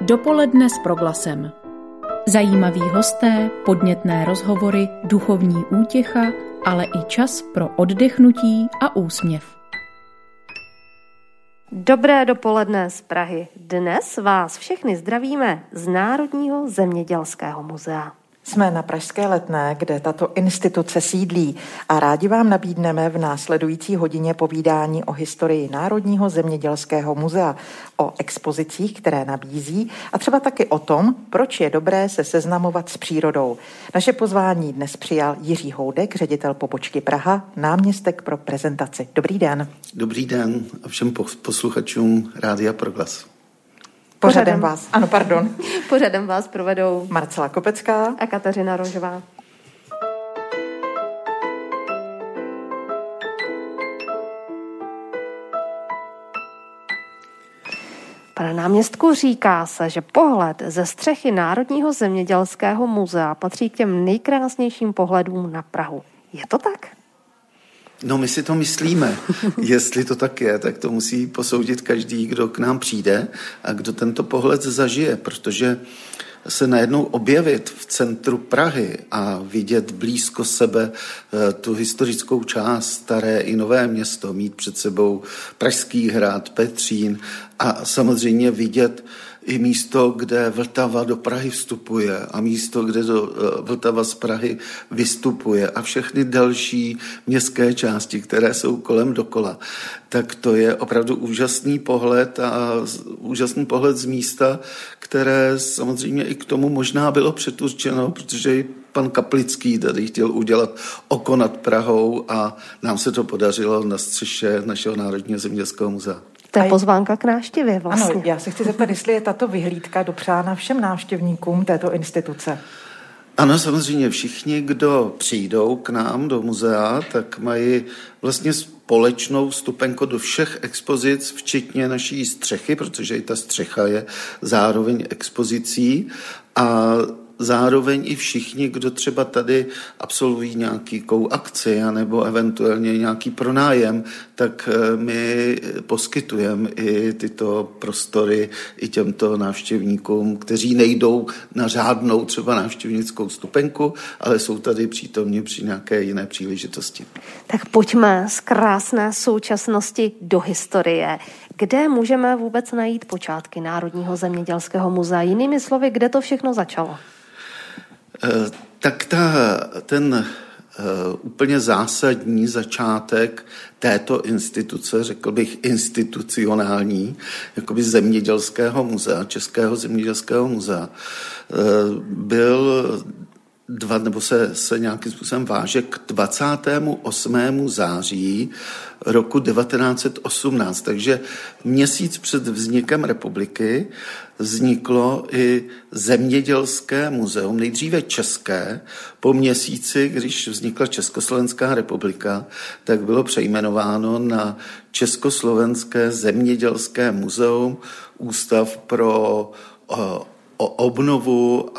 Dopoledne s Proglasem. Zajímaví hosté, podnětné rozhovory, duchovní útěcha, ale i čas pro oddechnutí a úsměv. Dobré dopoledne z Prahy. Dnes vás všechny zdravíme z Národního zemědělského muzea. Jsme na Pražské Letné, kde tato instituce sídlí a rádi vám nabídneme v následující hodině povídání o historii Národního zemědělského muzea, o expozicích, které nabízí a třeba taky o tom, proč je dobré se seznamovat s přírodou. Naše pozvání dnes přijal Jiří Houdek, ředitel pobočky Praha, náměstek pro prezentaci. Dobrý den. Dobrý den a všem posluchačům Rádia Proglas. Pořadem vás provedou Marcela Kopecká a Kateřina Rožová. Pane náměstku, říká se, že pohled ze střechy Národního zemědělského muzea patří k těm nejkrásnějším pohledům na Prahu. Je to tak? No, my si to myslíme. Jestli to tak je, tak to musí posoudit každý, kdo k nám přijde a kdo tento pohled zažije, protože se najednou objevit v centru Prahy a vidět blízko sebe tu historickou část, staré i nové město, mít před sebou Pražský hrad, Petřín a samozřejmě vidět i místo, kde Vltava do Prahy vstupuje a místo, kde Vltava z Prahy vystupuje a všechny další městské části, které jsou kolem dokola. Tak to je opravdu úžasný pohled a úžasný pohled z místa, které samozřejmě i k tomu možná bylo předurčeno, protože i pan Kaplický tady chtěl udělat oko nad Prahou a nám se to podařilo na střeše našeho Národního zemědělského muzea. To je pozvánka k návštěvě vlastně. Ano, já se chci zeptat, jestli je tato vyhlídka dopřána všem návštěvníkům této instituce. Ano, samozřejmě všichni, kdo přijdou k nám do muzea, tak mají vlastně společnou vstupenku do všech expozic, včetně naší střechy, protože i ta střecha je zároveň expozicí a zároveň i všichni, kdo třeba tady absolvují nějakou akci nebo eventuálně nějaký pronájem, tak my poskytujeme i tyto prostory i těmto návštěvníkům, kteří nejdou na řádnou třeba návštěvnickou vstupenku, ale jsou tady přítomni při nějaké jiné příležitosti. Tak pojďme z krásné současnosti do historie. Kde můžeme vůbec najít počátky Národního zemědělského muzea? Jinými slovy, kde to všechno začalo? Tak ten úplně zásadní začátek této instituce, řekl bych institucionální, jakoby zemědělského muzea, Českého zemědělského muzea, byl nebo se nějakým způsobem váže k 28. září roku 1918. Takže měsíc před vznikem republiky vzniklo i zemědělské muzeum, nejdříve české, po měsíci, když vznikla Československá republika, tak bylo přejmenováno na Československé zemědělské muzeum, Ústav pro obnovu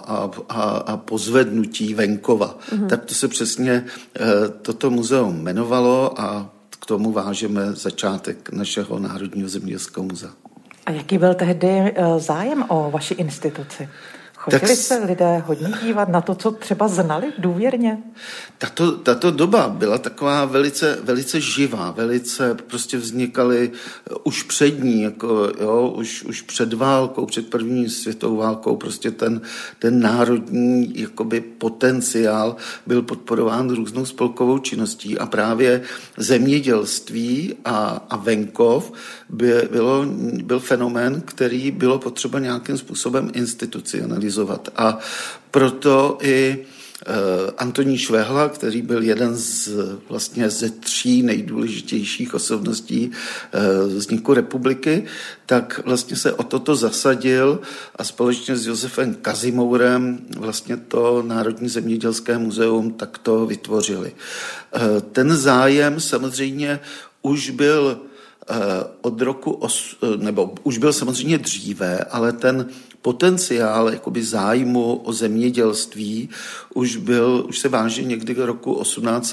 a pozvednutí venkova. Tak to se přesně toto muzeum jmenovalo a k tomu vážeme začátek našeho Národního zemědělského muzea. A jaký byl tehdy zájem o vaši instituci? Chodili se lidé hodně dívat na to, co třeba znali důvěrně? Tato doba byla taková velice, velice živá, velice prostě vznikaly už před ní, už před válkou, před první světovou válkou, prostě ten národní jakoby potenciál byl podporován různou spolkovou činností a právě zemědělství a venkov byl fenomén, který bylo potřeba nějakým způsobem institucionalizovat. A proto i Antonín Švehla, který byl jeden ze 3 nejdůležitějších osobností vzniku republiky, tak vlastně se o toto zasadil a společně s Josefem Kazimourem vlastně to Národní zemědělské muzeum takto vytvořili. Ten zájem samozřejmě už byl od roku, nebo už byl samozřejmě dříve, ale ten potenciál jakoby zájmu o zemědělství už se váže někdy do roku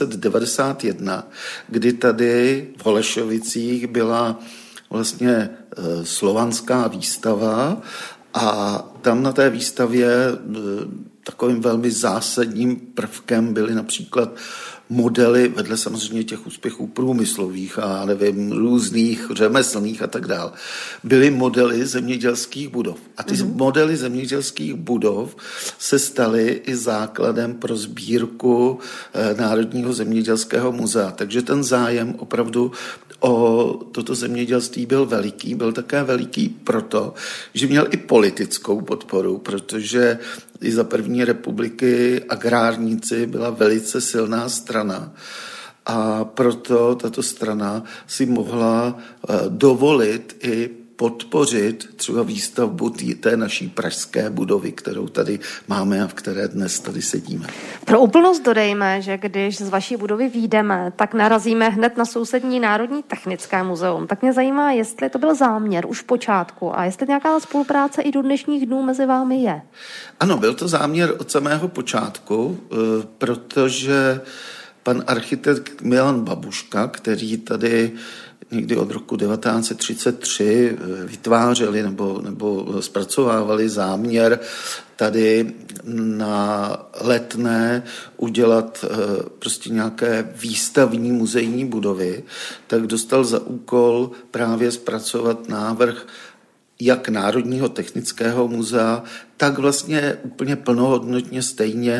1891, kdy tady v Holešovicích byla vlastně slovanská výstava A tam na té výstavě takovým velmi zásadním prvkem byly například modely, vedle samozřejmě těch úspěchů průmyslových a nevím, různých řemeslných a tak dále, byly modely zemědělských budov. A ty modely zemědělských budov se staly i základem pro sbírku Národního zemědělského muzea. Takže ten zájem opravdu o toto zemědělství byl veliký. Byl také veliký proto, že měl i politickou podporu, protože i za první republiky agrárníci byla velice silná strana. A proto tato strana si mohla dovolit i podpořit třeba výstavbu té naší pražské budovy, kterou tady máme a v které dnes tady sedíme. Pro úplnost dodejme, že když z vaší budovy vyjdeme, tak narazíme hned na sousední Národní technické muzeum. Tak mě zajímá, jestli to byl záměr už v počátku a jestli nějaká spolupráce i do dnešních dnů mezi vámi je. Ano, byl to záměr od samého počátku, protože pan architekt Milan Babuška, který tady někdy od roku 1933 vytvářeli nebo zpracovávali záměr tady na Letné udělat prostě nějaké výstavní muzejní budovy, tak dostal za úkol právě zpracovat návrh jak Národního technického muzea, tak vlastně úplně plnohodnotně stejně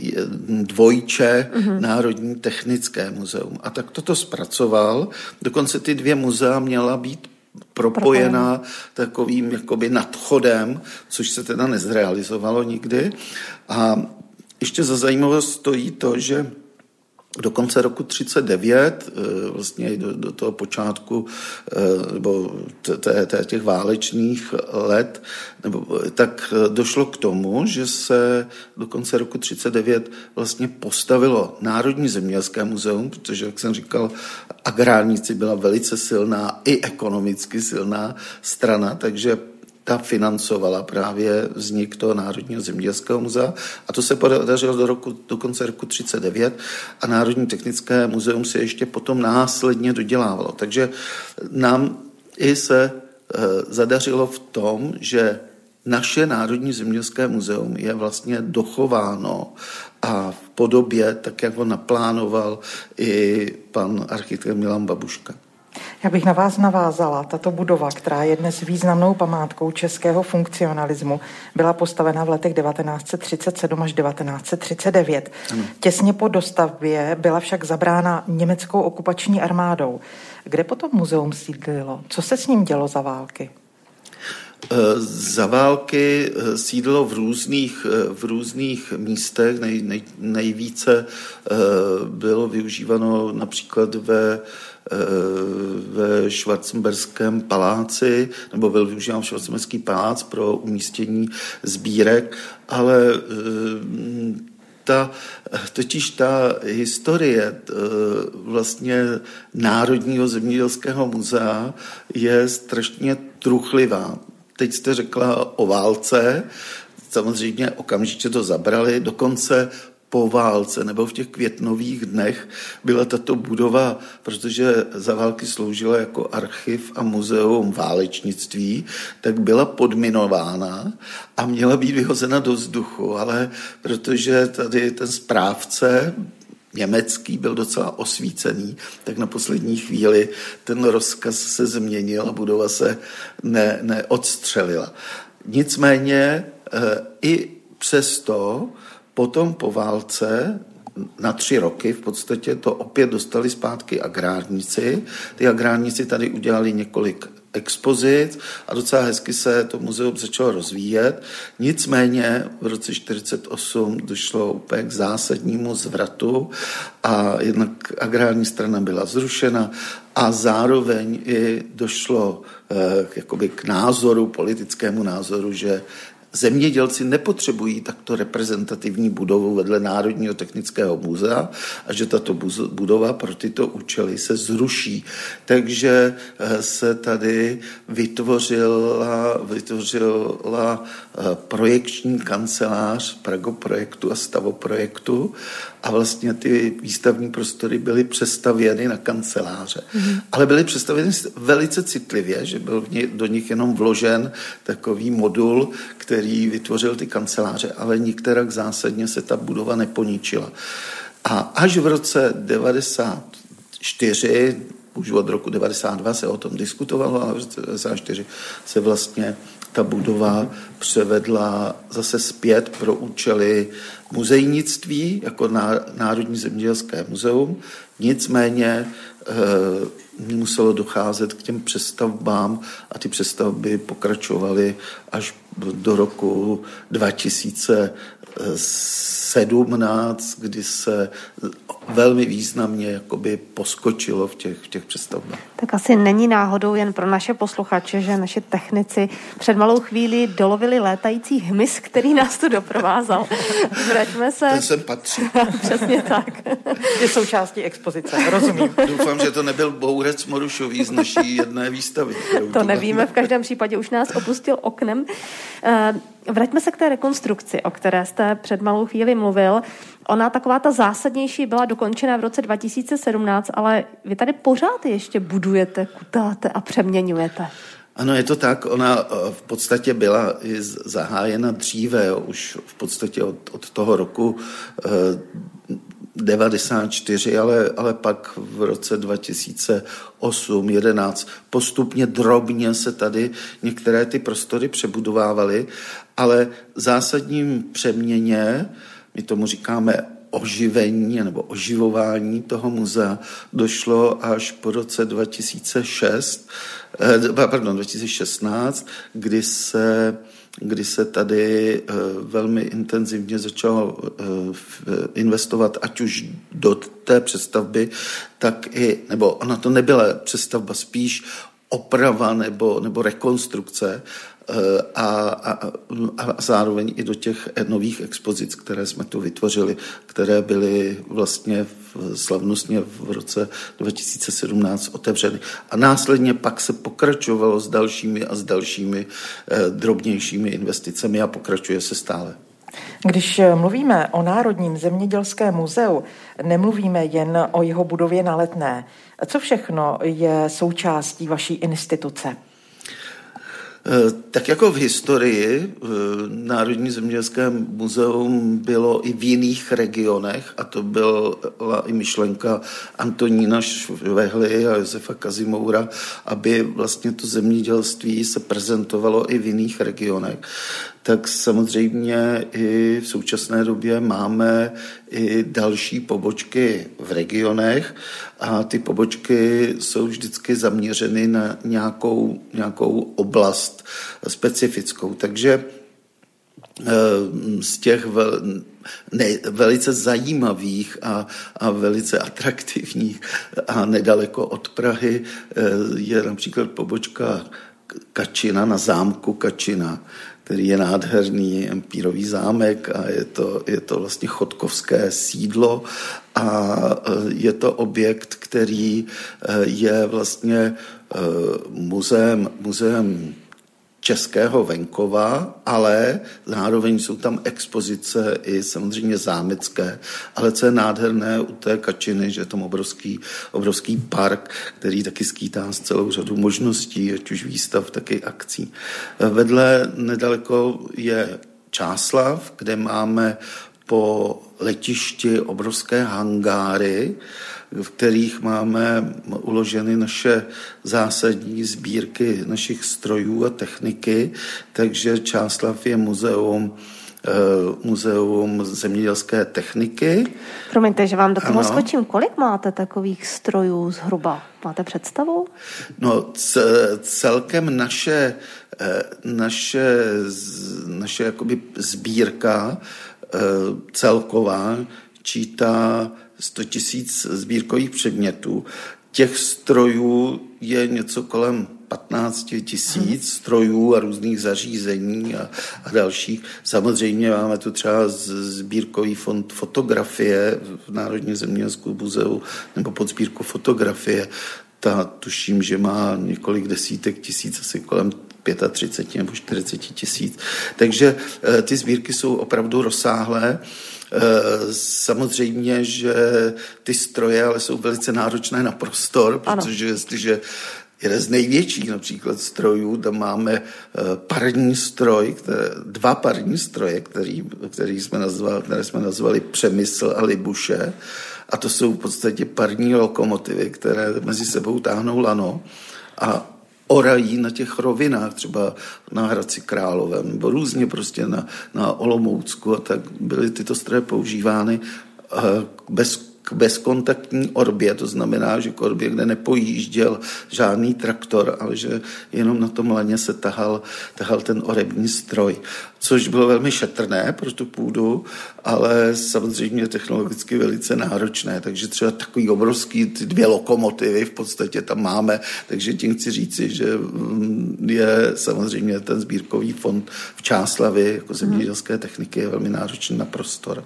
dvojče Národní technické muzeum. A tak toto zpracoval. Dokonce ty dvě muzea měla být propojená takovým jakoby nadchodem, což se teda nezrealizovalo nikdy. A ještě za zajímavost stojí to, že do konce roku 1939, vlastně do toho počátku nebo těch válečných let, tak došlo k tomu, že se do konce roku 1939 vlastně postavilo Národní zemědělské muzeum, protože, jak jsem říkal, agrárníci byla velice silná i ekonomicky silná strana, takže ta financovala právě vznik toho Národního zemědělského muzea a to se podařilo do konce roku 1939 a Národní technické muzeum se ještě potom následně dodělávalo. Takže nám i se zadařilo v tom, že naše Národní zemědělské muzeum je vlastně dochováno a v podobě, tak jak ho naplánoval i pan architekt Milan Babuška. Já bych na vás navázala. Tato budova, která je dnes významnou památkou českého funkcionalismu, byla postavena v letech 1937 až 1939. Těsně po dostavbě byla však zabrána německou okupační armádou. Kde potom muzeum sídlilo? Co se s ním dělo za války? Za války sídlilo v různých místech. Nejvíce bylo využíváno například ve Schwarzenberském paláci, nebo byl využíván Schwarzenberský palác pro umístění sbírek, ale totiž ta historie vlastně Národního zemědělského muzea je strašně truchlivá. Teď jste řekla o válce, samozřejmě okamžitě to zabrali, dokonce po válce nebo v těch květnových dnech byla tato budova, protože za války sloužila jako archiv a muzeum válečnictví, tak byla podminována a měla být vyhozena do vzduchu, ale protože tady ten správce německý byl docela osvícený, tak na poslední chvíli ten rozkaz se změnil a budova se neodstřelila. Nicméně i přesto potom po válce na 3 roky v podstatě to opět dostali zpátky agrárníci. Ty agrárníci tady udělali několik expozic a docela hezky se to muzeum začalo rozvíjet. Nicméně v roce 1948 došlo úplně k zásadnímu zvratu a jednak agrární strana byla zrušena a zároveň i došlo jakoby k názoru, politickému názoru, že zemědělci nepotřebují takto reprezentativní budovu vedle Národního technického muzea a že tato budova pro tyto účely se zruší. Takže se tady vytvořila projekční kancelář Pragoprojektu a Stavoprojektu a vlastně ty výstavní prostory byly přestavěny na kanceláře. Ale byly přestavěny velice citlivě, že byl do nich jenom vložen takový modul, který vytvořil ty kanceláře, ale nikterak zásadně se ta budova neponičila. A až v roce 94, už od roku 92 se o tom diskutovalo, ale v roce 94 se vlastně ta budova převedla zase zpět pro účely muzejnictví jako Národní zemědělské muzeum. Nicméně muselo docházet k těm přestavbám a ty přestavby pokračovaly až do roku 2017, kdy se velmi významně jakoby poskočilo v těch přestavbách. Tak asi není náhodou jen pro naše posluchače, že naši technici před malou chvíli dolovili létající hmyz, který nás tu doprovázel. Vraťme se... Ten sem patří. Přesně tak. Je součástí expozice, rozumím. Doufám, že to nebyl bouřec Morušový z naší jedné výstavy. To nevíme, v každém případě už nás opustil oknem. Vraťme se k té rekonstrukci, o které jste před malou chvíli mluvil. Ona taková ta zásadnější byla dokončena v roce 2017, ale vy tady pořád ještě budujete, kutáte a přeměňujete. Ano, je to tak. Ona v podstatě byla zahájena dříve, už v podstatě od toho roku 94, ale pak v roce 2008-11 postupně drobně se tady některé ty prostory přebudovávaly, ale zásadním přeměně, my tomu říkáme oživení nebo oživování toho muzea, došlo až po roce 2016, kdy se tady velmi intenzivně začalo investovat, ať už do té přestavby, tak i, nebo ona to nebyla přestavba, spíš oprava nebo rekonstrukce a zároveň i do těch nových expozic, které jsme tu vytvořili, které byly vlastně slavnostně v roce 2017 otevřeny. A následně pak se pokračovalo s dalšími drobnějšími investicemi a pokračuje se stále. Když mluvíme o Národním zemědělském muzeu, nemluvíme jen o jeho budově na Letné. Co všechno je součástí vaší instituce? Tak jako v historii Národní zemědělské muzeum bylo i v jiných regionech a to byla i myšlenka Antonína Švehly a Josefa Kazimoura, aby vlastně to zemědělství se prezentovalo i v jiných regionech. Tak samozřejmě i v současné době máme i další pobočky v regionech a ty pobočky jsou vždycky zaměřeny na nějakou oblast specifickou. Takže z těch velice zajímavých a velice atraktivních a nedaleko od Prahy je například pobočka Kačina na zámku Kačina, který je nádherný empírový zámek a je to vlastně chodkovské sídlo a je to objekt, který je vlastně muzeem českého venkova, ale zároveň jsou tam expozice i samozřejmě zámecké. Ale co je nádherné u té Kačiny, že je tam obrovský park, který taky skýtá z celou řadu možností, ať už výstav, tak i akcí. Vedle nedaleko je Čáslav, kde máme po letišti obrovské hangáry, v kterých máme uloženy naše zásadní sbírky našich strojů a techniky, takže Čáslav je muzeum zemědělské techniky. Promiňte, že vám do toho skočím. Kolik máte takových strojů zhruba? Máte představu? No, celkem naše jakoby sbírka celková čítá 100 000 sbírkových předmětů. Těch strojů je něco kolem 15 000 strojů a různých zařízení a dalších. Samozřejmě máme tu třeba sbírkový fond fotografie v Národním zemědělském muzeu nebo podsbírku fotografie. Ta tuším, že má několik desítek tisíc, asi kolem 35 nebo 40 000. Takže ty sbírky jsou opravdu rozsáhlé. Samozřejmě, že ty stroje ale jsou velice náročné na prostor, protože jestliže jeden z největších například strojů, tam máme parní stroj, dva parní stroje, které jsme nazvali Přemysl a Libuše. A to jsou v podstatě parní lokomotivy, které mezi sebou táhnou lano a orají na těch rovinách, třeba na Hradci Králové, nebo různě prostě na Olomoucku, a tak byly tyto stroje používány k bezkontaktní orbě, to znamená, že k orbě, kde nepojížděl žádný traktor, ale že jenom na tom laně se tahal ten orební stroj, což bylo velmi šetrné pro tu půdu, ale samozřejmě technologicky velice náročné, takže třeba takový obrovský, ty 2 lokomotivy v podstatě tam máme, takže tím chci říci, že je samozřejmě ten sbírkový fond v Čáslavi jako zemědělské techniky je velmi náročný na prostor.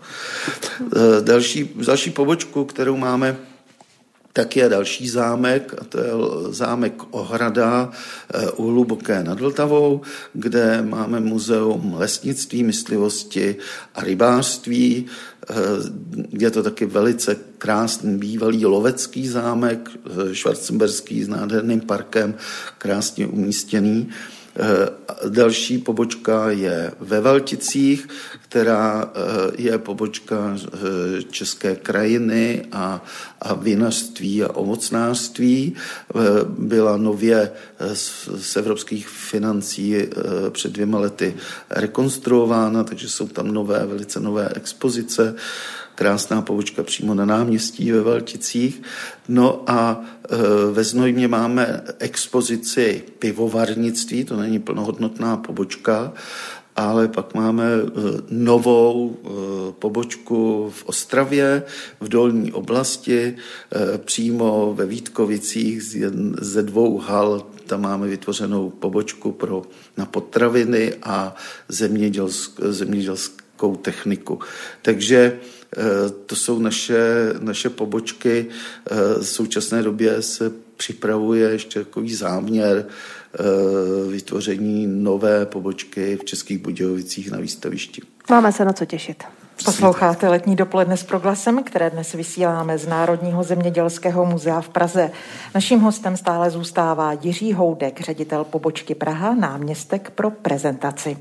Další pobočku, kterou máme, tak je další zámek, a to je zámek Ohrada u Hluboké nad Vltavou, kde máme muzeum lesnictví, myslivosti a rybářství. Je to taky velice krásný bývalý lovecký zámek, schwarzenberský s nádherným parkem, krásně umístěný. Další pobočka je ve Valticích, která je pobočka České krajiny a vinařství a ovocnářství. Byla nově z evropských financí před 2 lety rekonstruována, takže jsou tam velice nové expozice. Krásná pobočka přímo na náměstí ve Valticích. No a ve Znojmě máme expozici pivovarnictví, to není plnohodnotná pobočka, ale pak máme novou pobočku v Ostravě, v Dolní oblasti, přímo ve Vítkovicích ze 2 hal. Tam máme vytvořenou pobočku na potraviny a zemědělskou techniku. Takže to jsou naše pobočky. V současné době se připravuje ještě takový záměr vytvoření nové pobočky v Českých Budějovicích na výstavišti. Máme se na co těšit. Posloucháte Letní dopoledne s Proglasem, které dnes vysíláme z Národního zemědělského muzea v Praze. Naším hostem stále zůstává Jiří Houdek, ředitel pobočky Praha, náměstek pro prezentaci.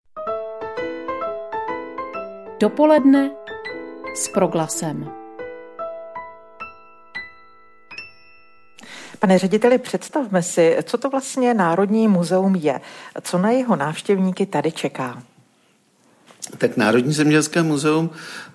Dopoledne s Proglasem. Pane řediteli, představme si, co to vlastně Národní muzeum je, co na jeho návštěvníky tady čeká. Tak Národní zemědělské muzeum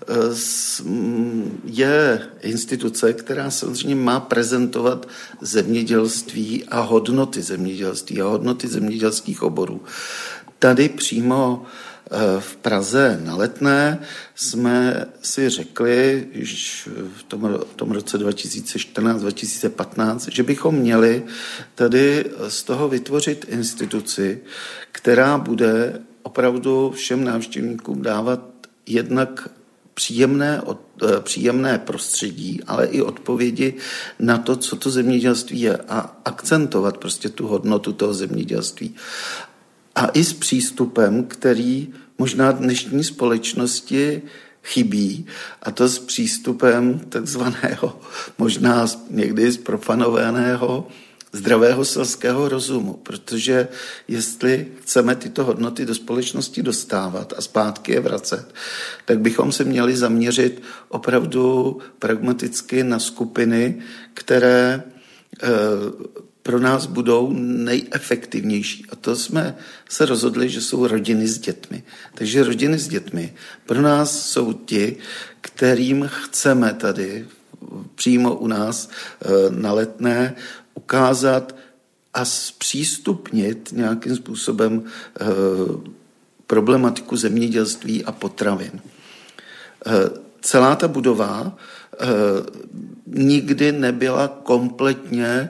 je instituce, která samozřejmě má prezentovat zemědělství a hodnoty zemědělství a hodnoty zemědělských oborů. Tady přímo v Praze na Letné jsme si řekli již v tom roce 2014-2015, že bychom měli tady z toho vytvořit instituci, která bude opravdu všem návštěvníkům dávat jednak příjemné prostředí, ale i odpovědi na to, co to zemědělství je a akcentovat prostě tu hodnotu toho zemědělství. A i s přístupem, který možná dnešní společnosti chybí, a to s přístupem takzvaného, možná někdy zprofanovaného zdravého selského rozumu, protože jestli chceme tyto hodnoty do společnosti dostávat a zpátky je vracet, tak bychom se měli zaměřit opravdu pragmaticky na skupiny, které pro nás budou nejefektivnější. A to jsme se rozhodli, že jsou rodiny s dětmi. Takže rodiny s dětmi pro nás jsou ti, kterým chceme tady přímo u nás na Letné ukázat a zpřístupnit nějakým způsobem problematiku zemědělství a potravin. Celá ta budova nikdy nebyla kompletně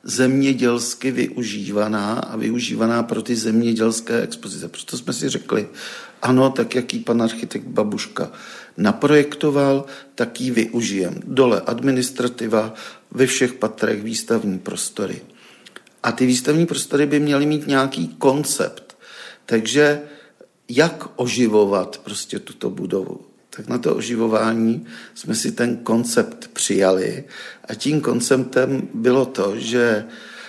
zemědělsky využívaná a využívaná pro ty zemědělské expozice. Proto jsme si řekli, ano, tak jak ji pan architekt Babuška naprojektoval, tak ji využijeme. Dole administrativa, ve všech patrech výstavní prostory. A ty výstavní prostory by měly mít nějaký koncept. Takže jak oživovat prostě tuto budovu? Tak na to oživování jsme si ten koncept přijali a tím konceptem bylo to, že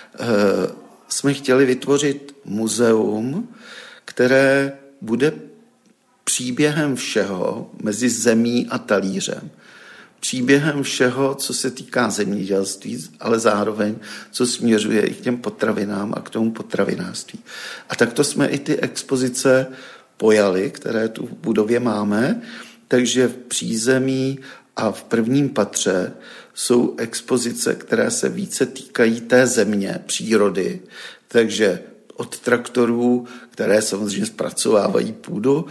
jsme chtěli vytvořit muzeum, které bude příběhem všeho mezi zemí a talířem. Příběhem všeho, co se týká zemědělství, ale zároveň, co směřuje i k těm potravinám a k tomu potravinářství. A takto jsme i ty expozice pojali, které tu v budově máme, takže v přízemí a v prvním patře jsou expozice, které se více týkají té země, přírody, takže od traktorů, které samozřejmě zpracovávají půdu,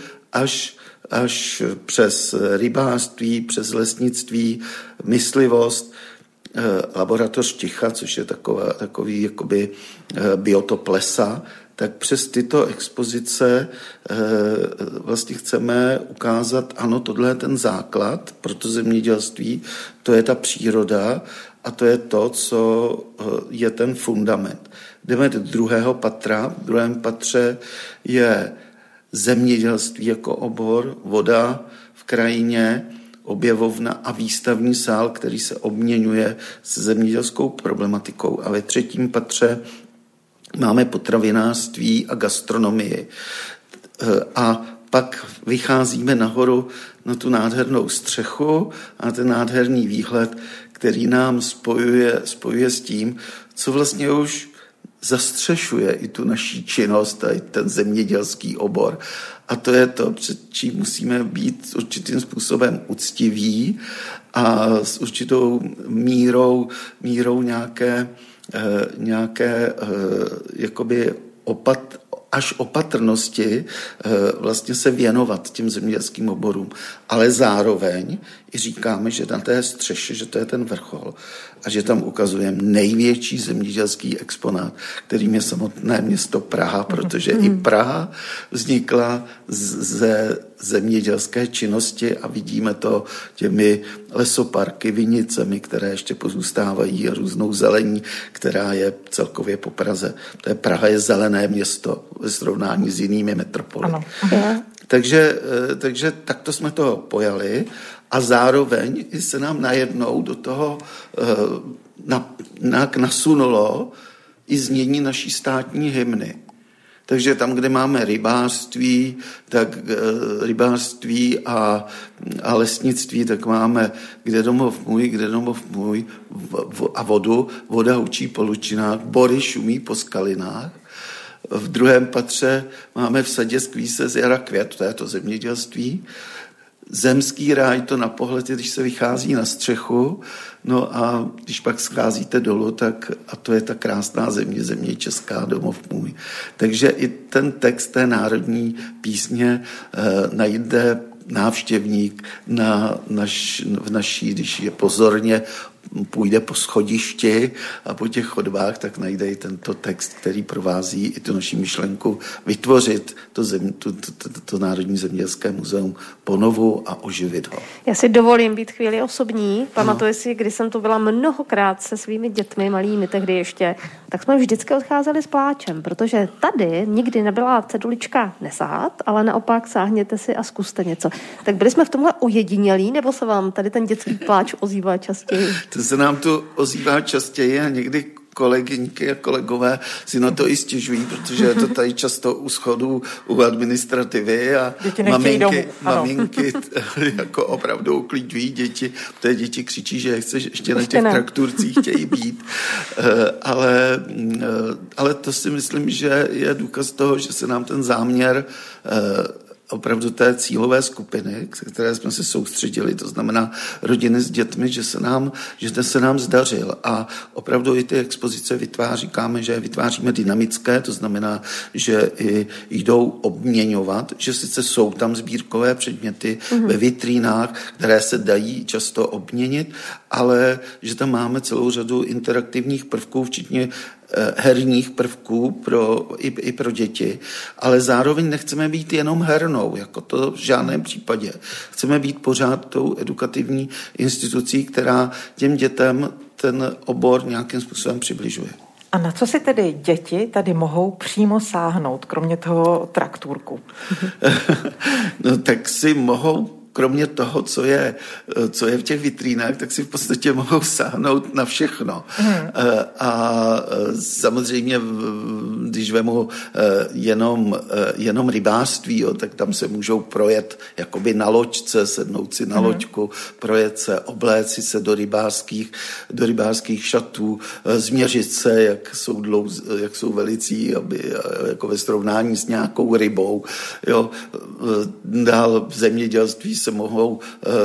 až přes rybářství, přes lesnictví, myslivost, laboratoř ticha, což je takový jakoby biotop lesa, tak přes tyto expozice vlastně chceme ukázat, ano, tohle je ten základ pro to zemědělství, to je ta příroda a to je to, co je ten fundament. Jdeme do druhého patra. V druhém patře je zemědělství jako obor, voda v krajině, objevovna a výstavní sál, který se obměňuje s zemědělskou problematikou. A ve třetím patře máme potravinářství a gastronomii. A pak vycházíme nahoru na tu nádhernou střechu a ten nádherný výhled, který nám spojuje s tím, co vlastně už zastřešuje i tu naší činnost a i ten zemědělský obor. A to je to, před čím musíme být určitým způsobem uctiví a s určitou mírou nějaké jakoby až opatrnosti vlastně se věnovat těm zemědělským oborům. Ale zároveň i říkáme, že na té střeše, že to je ten vrchol a že tam ukazujeme největší zemědělský exponát, kterým je samotné město Praha, protože i Praha vznikla ze zemědělské činnosti a vidíme to těmi lesoparky, vinicemi, které ještě pozůstávají a různou zelení, která je celkově po Praze. Praha je zelené město ve srovnání s jinými metropoly. Ano. Takže takto jsme to pojali a zároveň se nám najednou do toho nasunulo i znění naší státní hymny. Takže tam, kde máme rybářství, tak rybářství a lesnictví, tak máme kde domov můj a vodu. Voda hučí po lučinách, bory šumí po skalinách. V druhém patře máme v sadě skví se z jara květ, to je to zemědělství. Zemský ráj to na pohled, když se vychází na střechu, no a když pak scházíte dolů, tak a to je ta krásná země česká, domov můj. Takže i ten text té národní písně najde návštěvník v naší, když je pozorně půjde po schodišti a po těch chodbách, tak najde i tento text, který provází i tu naši myšlenku vytvořit to Národní zemědělské muzeum ponovu a oživit ho. Já si dovolím být chvíli osobní. Pamatuji si, když jsem tu byla mnohokrát se svými dětmi, malými tehdy ještě, tak jsme vždycky odcházeli s pláčem, protože tady nikdy nebyla cedulička nesahat, ale naopak sáhněte si a zkuste něco. Tak byli jsme v tomhle ojedinělí, nebo se vám tady ten dětský pláč ozývá častěji? To se nám tu ozývá častěji a někdy kolegyňky a kolegové si na to i stěžují, protože je to tady často u schodů u administrativy a maminky jako opravdu uklidňují děti. Té děti křičí, že ještě na těch trakturcích chtějí být. Ale to si myslím, že je důkaz toho, že se nám ten záměr opravdu té cílové skupiny, které jsme se soustředili, to znamená rodiny s dětmi, že se nám zdařil. A opravdu i ty expozice říkáme, že je vytváříme dynamické, to znamená, že i jdou obměňovat, že sice jsou tam sbírkové předměty ve vitrínách, které se dají často obměnit, ale že tam máme celou řadu interaktivních prvků, včetně herních prvků i pro děti, ale zároveň nechceme být jenom hernou, jako to v žádném případě. Chceme být pořád tou edukativní institucí, která těm dětem ten obor nějakým způsobem přibližuje. A na co si tedy děti tady mohou přímo sáhnout, kromě toho traktůrku? No tak si mohou kromě toho, co je v těch vitrínách, tak si v podstatě mohou sáhnout na všechno. A samozřejmě, když vemu jenom rybářství, tak tam se můžou projet jakoby na loďce, sednout si na loďku, projet se, obléci se do rybářských šatů, změřit se, jak jsou velicí, aby jako ve srovnání s nějakou rybou. Jo. Dál v zemědělství se mohou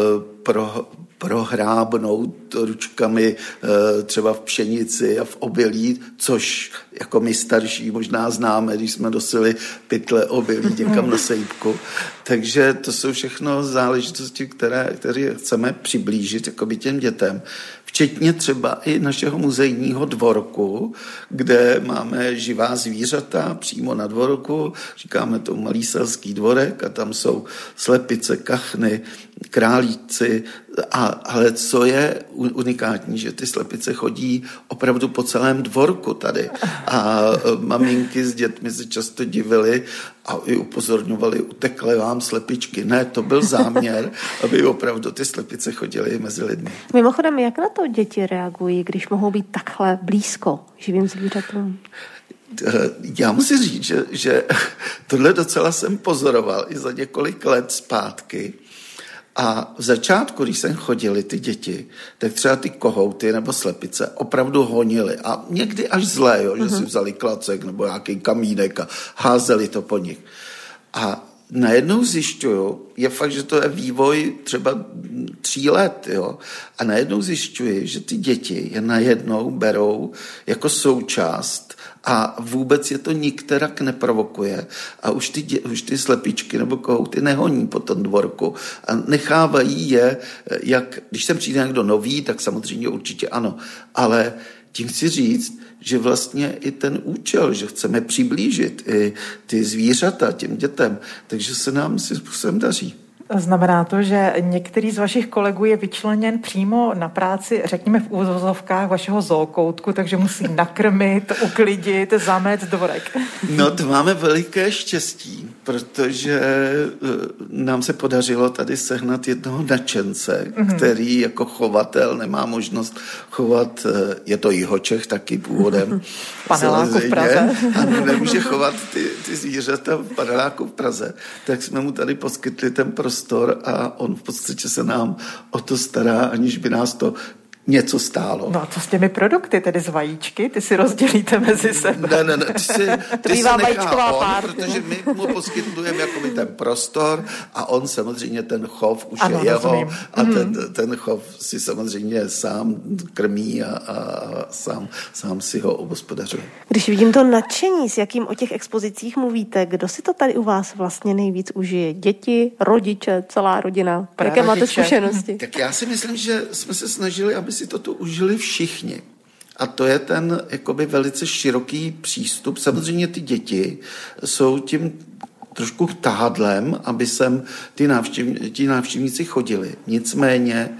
prohrábnout ručkami třeba v pšenici a v obilí, což jako my starší možná známe, když jsme nosili pytle obilí někam na sejpku. Takže to jsou všechno záležitosti, které chceme přiblížit jakoby těm dětem. Včetně třeba i našeho muzejního dvorku, kde máme živá zvířata přímo na dvorku, říkáme to Malý selský dvorek a tam jsou slepice, kachny, králíci, ale co je unikátní, že ty slepice chodí opravdu po celém dvorku tady a maminky s dětmi se často divily a i upozorňovali, utekly vám slepičky. Ne, to byl záměr, aby opravdu ty slepice chodily mezi lidmi. Mimochodem, jak na to děti reagují, když mohou být takhle blízko živým zvířatům? Já musím říct, že tohle docela jsem pozoroval i za několik let zpátky. A v začátku, když sem chodili ty děti, tak třeba ty kohouty nebo slepice opravdu honili. A někdy až zlé, že si vzali klacek nebo nějaký kamínek a házeli to po nich. A najednou zjišťuju, je fakt, že to je vývoj třeba 3 let, jo? A najednou zjišťuji, že ty děti je najednou berou jako součást a vůbec je to nikterak neprovokuje. A už ty slepičky nebo kohouty nehoní po tom dvorku a nechávají je, když sem přijde někdo nový, tak samozřejmě určitě ano. Ale tím chci říct, že vlastně i ten účel, že chceme přiblížit i ty zvířata těm dětem, takže se nám si způsobem daří. Znamená to, že některý z vašich kolegů je vyčleněn přímo na práci, řekněme v úvozovkách vašeho zookoutku, takže musí nakrmit, uklidit, zamést dvorek. No to máme veliké štěstí, protože nám se podařilo tady sehnat jednoho nadšence, který jako chovatel nemá možnost chovat, je to Jihočech taky původem. Paneláku v Praze. A nemůže chovat ty zvířata v paneláku v Praze. Tak jsme mu tady poskytli ten prostor a on v podstatě se nám o to stará, aniž by nás to něco stálo. No a co s těmi produkty, tedy z vajíčky? Ty si rozdělíte mezi sebe. Ne, ty si nechá on, protože my mu poskytujeme jakoby ten prostor a on samozřejmě ten chov už je jeho a ten chov si samozřejmě sám krmí a sám si ho obhospodařuje. Když vidím to nadšení, s jakým o těch expozicích mluvíte, kdo si to tady u vás vlastně nejvíc užije? Děti, rodiče, celá rodina? Jaké máte zkušenosti? Tak já si myslím, že jsme se snažili, aby si toto užili všichni. A to je ten jakoby velice široký přístup. Samozřejmě ty děti jsou tím trošku tahadlem, aby sem ti návštěvníci chodili. Nicméně,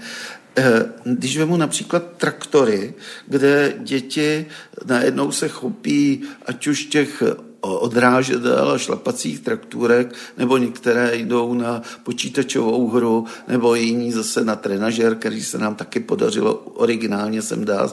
když vemu například traktory, kde děti najednou se chopí ať už těch odrážedel a šlapacích traktůrek, nebo některé jdou na počítačovou hru, nebo jiní zase na trenažér, který se nám taky podařilo originálně sem dát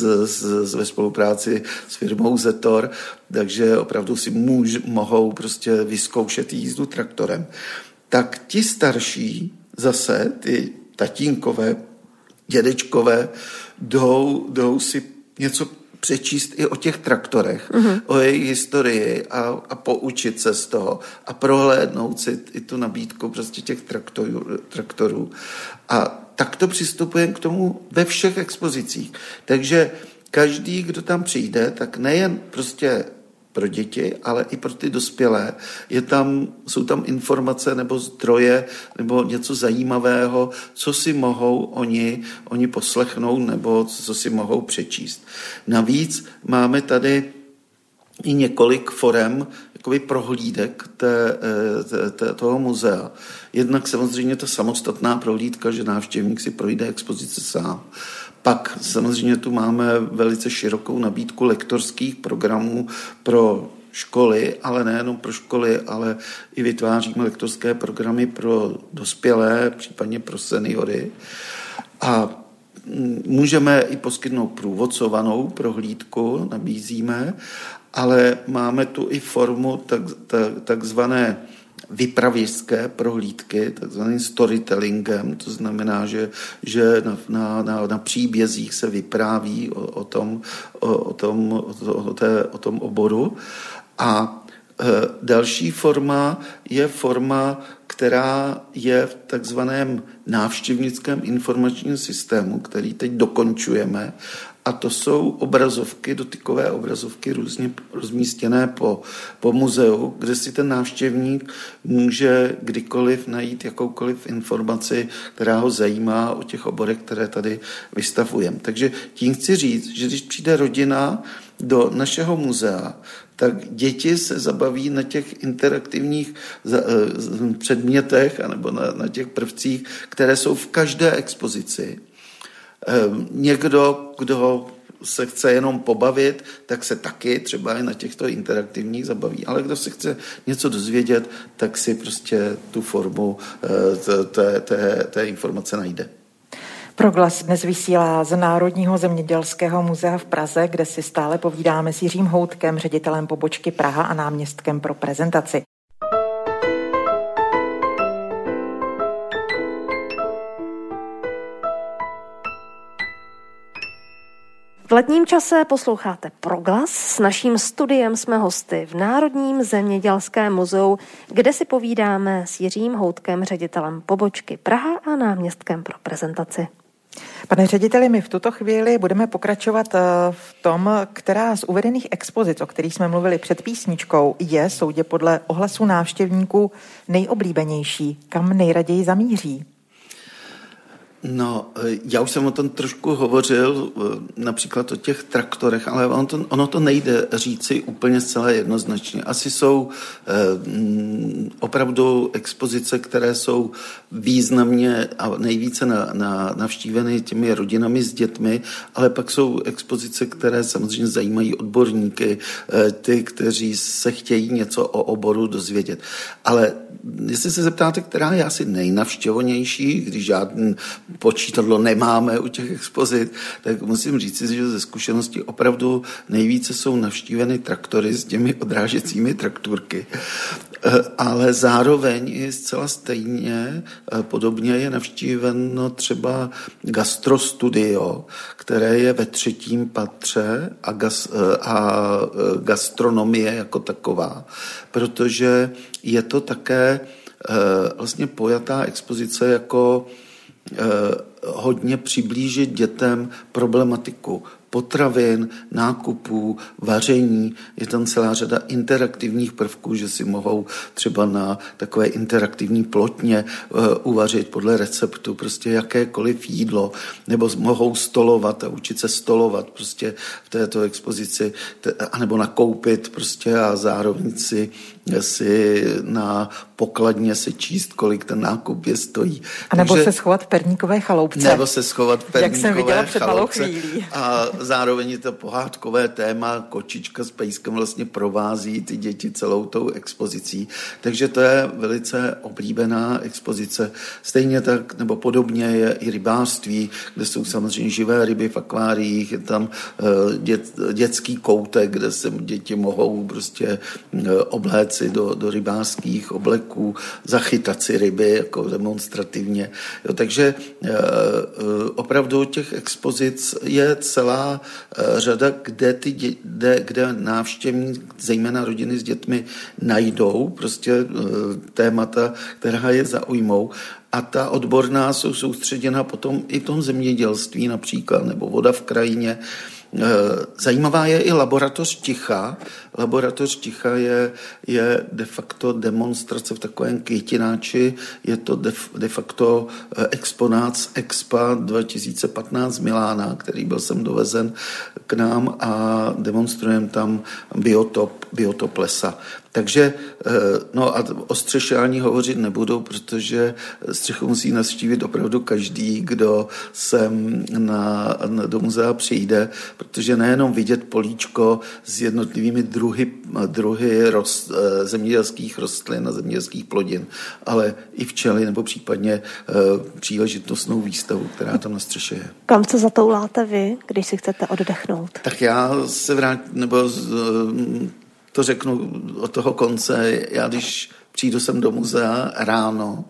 ve spolupráci s firmou Zetor, takže opravdu si mohou prostě vyzkoušet jízdu traktorem. Tak ti starší zase, ty tatínkové, dědečkové, jdou si něco přečíst i o těch traktorech, o jejich historii a poučit se z toho a prohlédnout si i tu nabídku prostě těch traktorů. A takto přistupujeme k tomu ve všech expozicích. Takže každý, kdo tam přijde, tak nejen prostě pro děti, ale i pro ty dospělé. Jsou tam informace nebo zdroje nebo něco zajímavého, co si mohou oni poslechnout nebo co si mohou přečíst. Navíc máme tady i několik forem jakoby prohlídek toho muzea. Jednak samozřejmě ta samostatná prohlídka, že návštěvník si projde expozice sám. Pak samozřejmě tu máme velice širokou nabídku lektorských programů pro školy, ale nejenom pro školy, ale i vytváříme lektorské programy pro dospělé, případně pro seniory. A můžeme i poskytnout průvodcovanou prohlídku, nabízíme, ale máme tu i formu takzvané vypravěčské prohlídky, takzvaným storytellingem, to znamená, že na příbězích se vypráví o tom oboru. A další forma je forma, která je v takzvaném návštěvnickém informačním systému, který teď dokončujeme. A to jsou obrazovky, dotykové obrazovky různě rozmístěné po muzeu, kde si ten návštěvník může kdykoliv najít jakoukoliv informaci, která ho zajímá o těch oborech, které tady vystavujeme. Takže tím chci říct, že když přijde rodina do našeho muzea, tak děti se zabaví na těch interaktivních předmětech anebo na těch prvcích, které jsou v každé expozici. Někdo, kdo se chce jenom pobavit, tak se taky třeba i na těchto interaktivních zabaví. Ale kdo se chce něco dozvědět, tak si prostě tu formu té informace najde. Proglas dnes vysílá z Národního zemědělského muzea v Praze, kde si stále povídáme s Jiřím Houtkem, ředitelem pobočky Praha a náměstkem pro prezentaci. V letním čase posloucháte Proglas. S naším studiem jsme hosty v Národním zemědělském muzeu, kde si povídáme s Jiřím Houtkem, ředitelem pobočky Praha a náměstkem pro prezentaci. Pane řediteli, my v tuto chvíli budeme pokračovat v tom, která z uvedených expozic, o kterých jsme mluvili před písničkou, je soudě podle ohlasu návštěvníků nejoblíbenější, kam nejraději zamíří. No, já už jsem o tom trošku hovořil, například o těch traktorech, ale ono to nejde říci úplně zcela jednoznačně. Asi jsou opravdu expozice, které jsou významně a nejvíce navštíveny těmi rodinami s dětmi, ale pak jsou expozice, které samozřejmě zajímají odborníky, ty, kteří se chtějí něco o oboru dozvědět. Ale jestli se zeptáte, která je asi nejnavštěvovanější, když žádný počítadlo nemáme u těch expozit, tak musím říct, že ze zkušenosti opravdu nejvíce jsou navštíveny traktory s těmi odrážecími traktůrky. Ale zároveň i zcela stejně podobně je navštíveno třeba gastrostudio, které je ve 3. patře a gastronomie jako taková, protože je to také vlastně pojatá expozice jako hodně přiblížit dětem problematiku potravin, nákupů, vaření. Je tam celá řada interaktivních prvků, že si mohou třeba na takové interaktivní plotně uvařit podle receptu prostě jakékoliv jídlo, nebo mohou stolovat a učit se stolovat prostě v této expozici, anebo nakoupit prostě a zároveň si na pokladně se číst, kolik ten nákup je stojí. A nebo se schovat v perníkové chaloupce. Nebo se schovat v perníkové jak jsem viděla před malou chaloupce. Chvílí. A zároveň je to pohádkové téma, kočička s pejskem vlastně provází ty děti celou tou expozicí. Takže to je velice oblíbená expozice. Stejně tak, nebo podobně je i rybářství, kde jsou samozřejmě živé ryby v akváriích, je tam dětský koutek, kde se děti mohou prostě obléct obléci do rybářských obleků, zachytat si ryby jako demonstrativně. Jo, takže opravdu těch expozic je celá řada, kde návštěvník, zejména rodiny s dětmi, najdou prostě témata, která je zaujmou. A ta odborná jsou soustředěna potom i v tom zemědělství například, nebo voda v krajině. Zajímavá je i laboratoř ticha. Laboratoř ticha je de facto demonstrace v takovém květináči. Je to de facto exponát z Expa 2015 z Milána, který byl sem dovezen k nám a demonstrujeme tam biotop lesa. Takže, no a o střešání hovořit nebudu, protože střechu musí navštívit opravdu každý, kdo sem do muzea přijde, protože nejenom vidět políčko s jednotlivými druhy zemědělských rostlin a zemědělských plodin, ale i včely nebo případně příležitostnou výstavu, která tam na střeše je. Kam se zatouláte vy, když si chcete oddechnout? Tak já se vrátím, to řeknu od toho konce. Já když přijdu sem do muzea ráno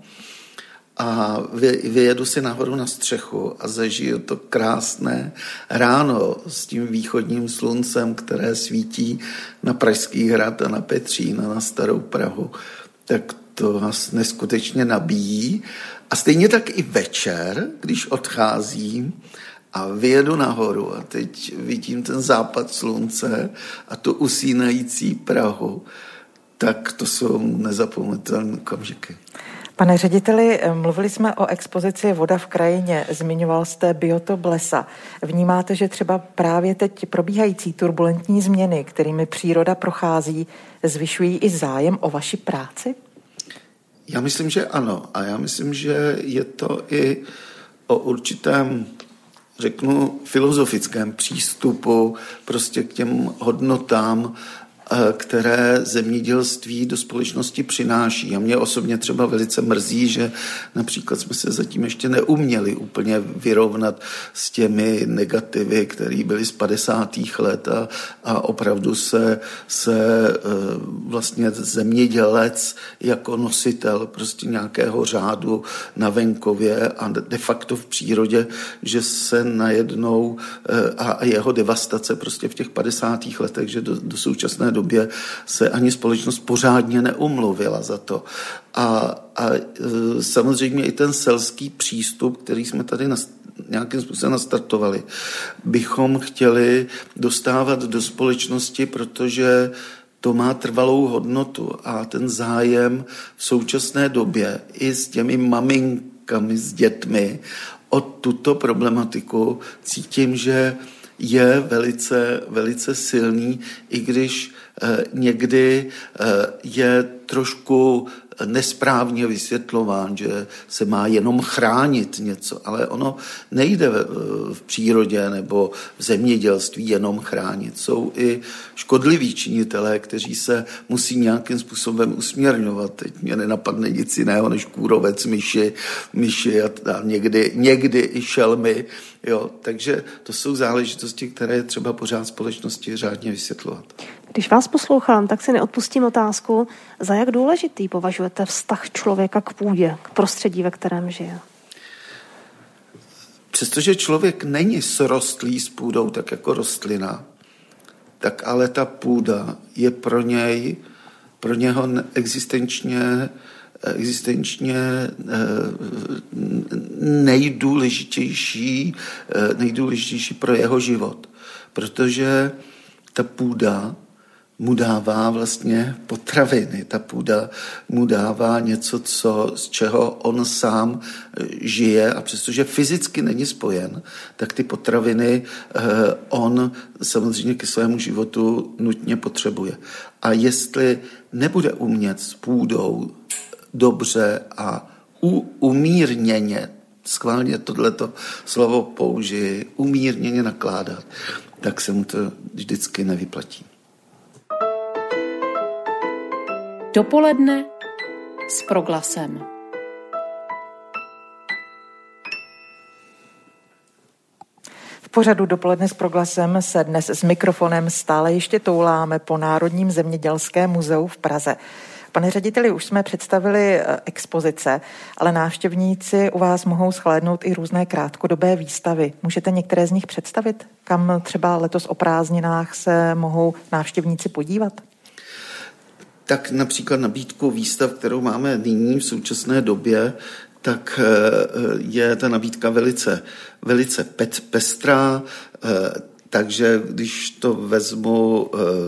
a vyjedu si nahoru na střechu a zažiju to krásné ráno s tím východním sluncem, které svítí na Pražský hrad a na Petřín a na Starou Prahu, tak to vás neskutečně nabíjí. A stejně tak i večer, když odcházím a vyjedu nahoru a teď vidím ten západ slunce a tu usínající Prahu, tak to jsou nezapomenutelné okamžiky. Pane řediteli, mluvili jsme o expozici Voda v krajině, zmiňoval jste biotop lesa. Vnímáte, že třeba právě teď probíhající turbulentní změny, kterými příroda prochází, zvyšují i zájem o vaši práci? Já myslím, že ano. A já myslím, že je to i o určitém, řeknu, filozofickém přístupu prostě k těm hodnotám, které zemědělství do společnosti přináší. A mě osobně třeba velice mrzí, že například jsme se zatím ještě neuměli úplně vyrovnat s těmi negativy, které byly z 50. let a opravdu se vlastně zemědělec jako nositel prostě nějakého řádu na venkově a de facto v přírodě, že se najednou a jeho devastace prostě v těch 50. letech, že do současné době se ani společnost pořádně neumluvila za to. A samozřejmě i ten selský přístup, který jsme tady nějakým způsobem nastartovali, bychom chtěli dostávat do společnosti, protože to má trvalou hodnotu a ten zájem v současné době i s těmi maminkami, s dětmi o tuto problematiku cítím, že je velice, velice silný, i když někdy je trošku nesprávně vysvětlován, že se má jenom chránit něco, ale ono nejde v přírodě nebo v zemědělství jenom chránit. Jsou i škodliví činitelé, kteří se musí nějakým způsobem usměrňovat. Teď mě nenapadne nic jiného než kůrovec, myši a někdy i šelmy. Jo, takže to jsou záležitosti, které je třeba pořád společnosti řádně vysvětlovat. Když vás poslouchám, tak si neodpustím otázku, za jak důležitý považujete vztah člověka k půdě, k prostředí, ve kterém žije? Přestože člověk není srostlý s půdou tak jako rostlina, tak ale ta půda je pro něho existenčně nejdůležitější pro jeho život. Protože ta půda mu dává vlastně potraviny. Ta půda mu dává něco, z čeho on sám žije a přestože fyzicky není spojen, tak ty potraviny on samozřejmě ke svému životu nutně potřebuje. A jestli nebude umět s půdou dobře a umírněně, schválně tohleto slovo použiji, umírněně nakládat, tak se mu to vždycky nevyplatí. Dopoledne s Proglasem. V pořadu Dopoledne s Proglasem se dnes s mikrofonem stále ještě touláme po Národním zemědělském muzeu v Praze. Pane řediteli, už jsme představili expozice, ale návštěvníci u vás mohou shlédnout i různé krátkodobé výstavy. Můžete některé z nich představit? Kam třeba letos o prázdninách se mohou návštěvníci podívat? Tak například nabídku výstav, kterou máme nyní v současné době, tak je ta nabídka velice pestrá, takže když to vezmu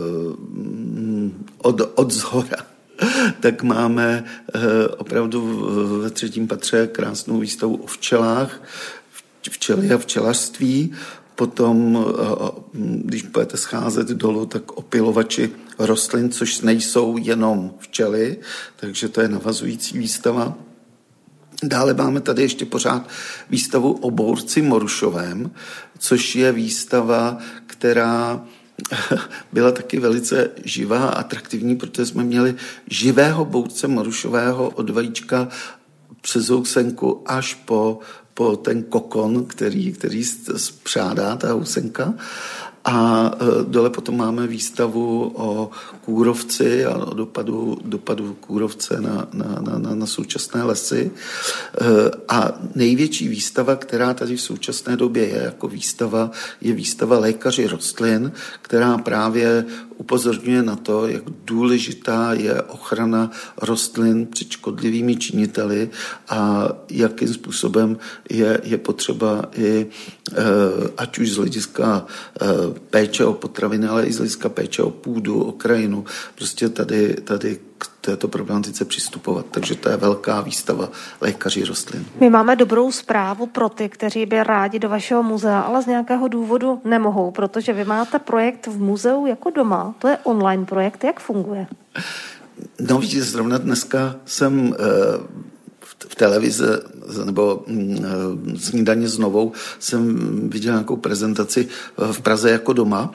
od zhora, tak máme opravdu ve 3. patře krásnou výstavu o včelách, včely a včelařství. Potom, když budete scházet dolů, tak opylovači rostlin, což nejsou jenom včely, takže to je navazující výstava. Dále máme tady ještě pořád výstavu o bourci morušovém, což je výstava, která byla taky velice živá a atraktivní, protože jsme měli živého bource morušového od vajíčka přes housenku až po ten kokon, který spřádá ta housenka. A dole potom máme výstavu o kůrovci a o dopadu kůrovce na současné lesy. A největší výstava, která tady v současné době je jako výstava, je výstava Lékaři rostlin, která právě upozorňuje na to, jak důležitá je ochrana rostlin před škodlivými činiteli a jakým způsobem je potřeba i ať už z hlediska péče o potraviny, ale i z hlediska péče o půdu, o krajinu, prostě tady k této problematice přistupovat. Takže to je velká výstava Lékaři rostlin. My máme dobrou zprávu pro ty, kteří by rádi do vašeho muzea, ale z nějakého důvodu nemohou, protože vy máte projekt v muzeu jako doma. To je online projekt. Jak funguje? No vidíte, zrovna dneska jsem v televizi nebo Snídaně s Novou jsem viděl nějakou prezentaci v Praze jako doma.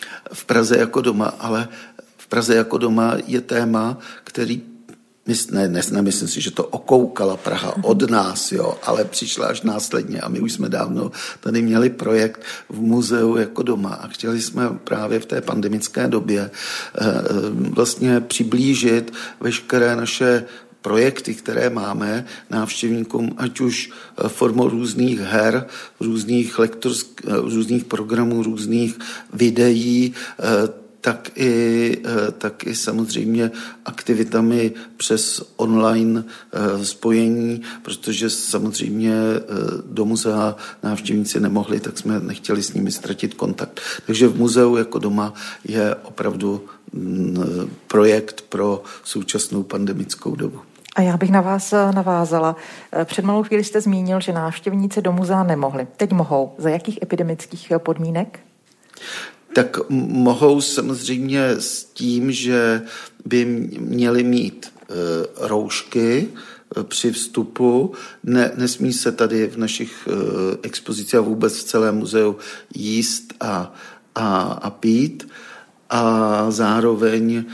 Ale v Praze jako doma je téma, který nemyslím si, že to okoukala Praha od nás, jo, ale přišla až následně a my už jsme dávno tady měli projekt v muzeu jako doma a chtěli jsme právě v té pandemické době vlastně přiblížit veškeré naše projekty, které máme návštěvníkům, ať už formou různých her, různých programů, různých videí, tak i samozřejmě aktivitami přes online spojení, protože samozřejmě do muzea návštěvníci nemohli, tak jsme nechtěli s nimi ztratit kontakt. Takže v muzeu jako doma je opravdu projekt pro současnou pandemickou dobu. A já bych na vás navázala. Před malou chvíli jste zmínil, že návštěvníci do muzea nemohli. Teď mohou. Za jakých epidemických podmínek? Tak mohou samozřejmě s tím, že by měli mít roušky při vstupu. Nesmí se tady v našich expozicích a vůbec v celém muzeu jíst a pít. A zároveň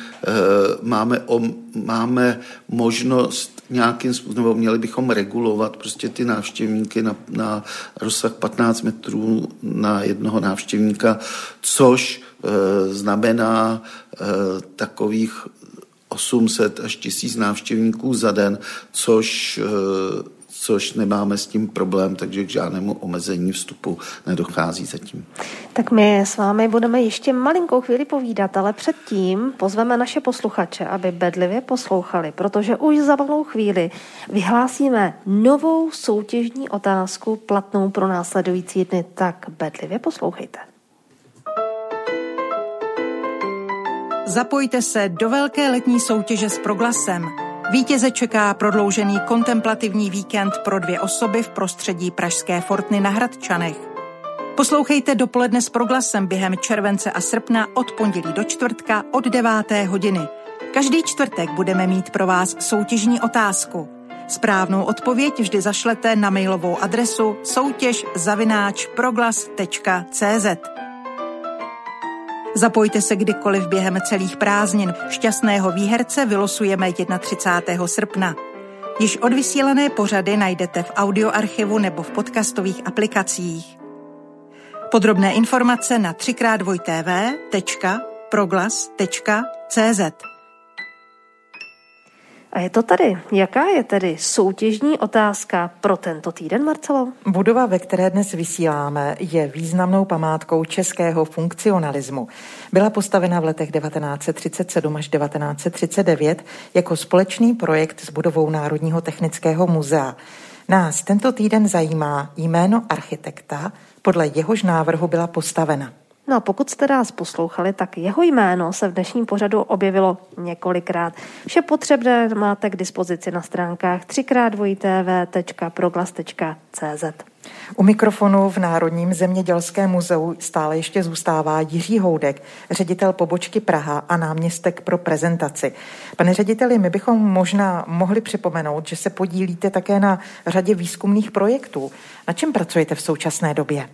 máme možnost nějakým způsobem, měli bychom regulovat prostě ty návštěvníky na rozsah 15 metrů na jednoho návštěvníka, což znamená takových 800 až 1000 návštěvníků za den, což nemáme s tím problém, takže k žádnému omezení vstupu nedochází zatím. Tak my s vámi budeme ještě malinkou chvíli povídat, ale předtím pozveme naše posluchače, aby bedlivě poslouchali, protože už za malou chvíli vyhlásíme novou soutěžní otázku platnou pro následující dny, tak bedlivě poslouchejte. Zapojte se do velké letní soutěže s Proglasem. Vítěze čeká prodloužený kontemplativní víkend pro 2 osoby v prostředí pražské Fortny na Hradčanech. Poslouchejte Dopoledne s Proglasem během července a srpna od pondělí do čtvrtka od 9. hodiny. Každý čtvrtek budeme mít pro vás soutěžní otázku. Správnou odpověď vždy zašlete na mailovou adresu soutěž@proglas.cz. Zapojte se kdykoliv během celých prázdnin. Šťastného výherce vylosujeme 31. srpna. Již odvysílané pořady najdete v audioarchivu nebo v podcastových aplikacích. Podrobné informace na 3x2tv.proglas.cz. A je to tady. Jaká je tedy soutěžní otázka pro tento týden, Marcelo? Budova, ve které dnes vysíláme, je významnou památkou českého funkcionalismu. Byla postavena v letech 1937 až 1939 jako společný projekt s budovou Národního technického muzea. Nás tento týden zajímá jméno architekta, podle jehož návrhu byla postavena. No a pokud jste nás poslouchali, tak jeho jméno se v dnešním pořadu objevilo několikrát. Vše potřebné máte k dispozici na stránkách 3x2tv.proglas.cz. U mikrofonu v Národním zemědělském muzeu stále ještě zůstává Jiří Houdek, ředitel pobočky Praha a náměstek pro prezentaci. Pane řediteli, my bychom možná mohli připomenout, že se podílíte také na řadě výzkumných projektů. Na čem pracujete v současné době?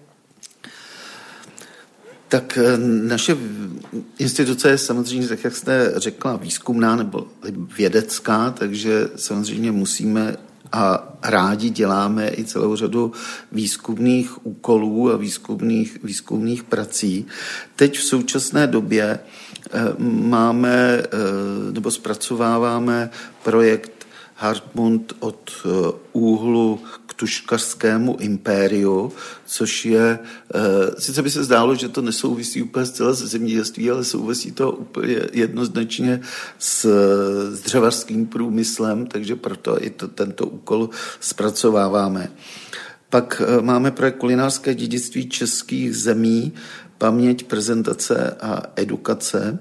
Tak naše instituce je samozřejmě, tak jak jste řekla, výzkumná nebo vědecká, takže samozřejmě musíme a rádi děláme i celou řadu výzkumných úkolů a výzkumných prací. Teď v současné době máme nebo zpracováváme projekt Hartmut od úhlu k tuškařskému impériu, což je, sice by se zdálo, že to nesouvisí úplně zcela se zemědělství, ale souvisí to úplně jednoznačně s dřevařským průmyslem, takže proto i tento úkol zpracováváme. Pak máme projekt Kulinářské dědictví českých zemí, paměť, prezentace a edukace.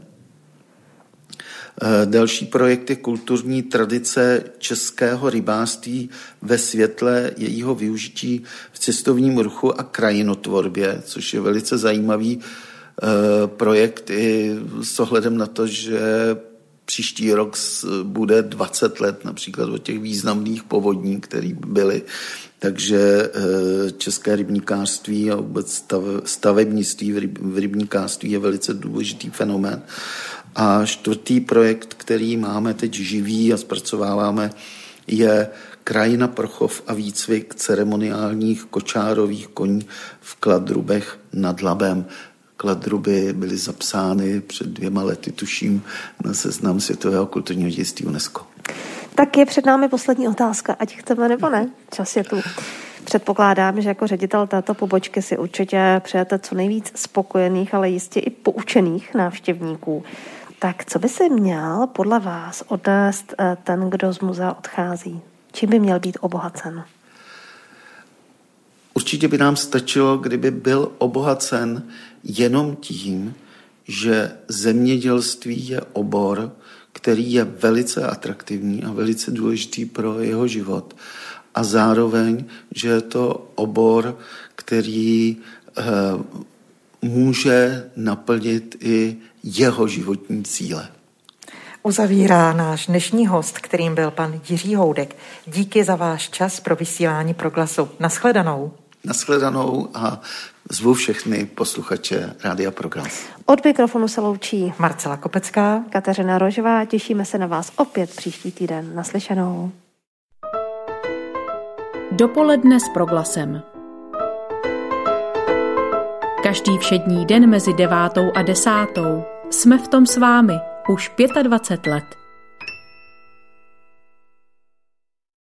Další projekt je kulturní tradice českého rybářství ve světle jejího využití v cestovním ruchu a krajinotvorbě, což je velice zajímavý projekt i s ohledem na to, že příští rok bude 20 let například od těch významných povodní, které byly. Takže české rybníkářství a vůbec stavebnictví v rybníkářství je velice důležitý fenomén. A čtvrtý projekt, který máme teď živý a zpracováváme, je krajina pro chov a výcvik ceremoniálních kočárových koní v Kladrubech nad Labem. Kladruby byly zapsány před 2 lety, tuším, na seznam světového kulturního dědictví UNESCO. Tak je před námi poslední otázka, ať chceme nebo ne. Čas je tu. Předpokládám, že jako ředitel této pobočky si určitě přejete co nejvíc spokojených, ale jistě i poučených návštěvníků. Tak co by si měl podle vás odnést ten, kdo z muzea odchází? Čím by měl být obohacen? Určitě by nám stačilo, kdyby byl obohacen jenom tím, že zemědělství je obor, který je velice atraktivní a velice důležitý pro jeho život. A zároveň, že je to obor, který může naplnit i jeho životní cíle. Uzavírá náš dnešní host, kterým byl pan Jiří Houdek. Díky za váš čas pro vysílání Proglasu. Nashledanou. Nashledanou a zvu všechny posluchače Rádia Proglas. Od mikrofonu se loučí Marcela Kopecká, Kateřina Rožová. Těšíme se na vás opět příští týden. Naslyšenou. Dopoledne s Proglasem. Každý všední den mezi 9. a 10. Jsme v tom s vámi už 25 let.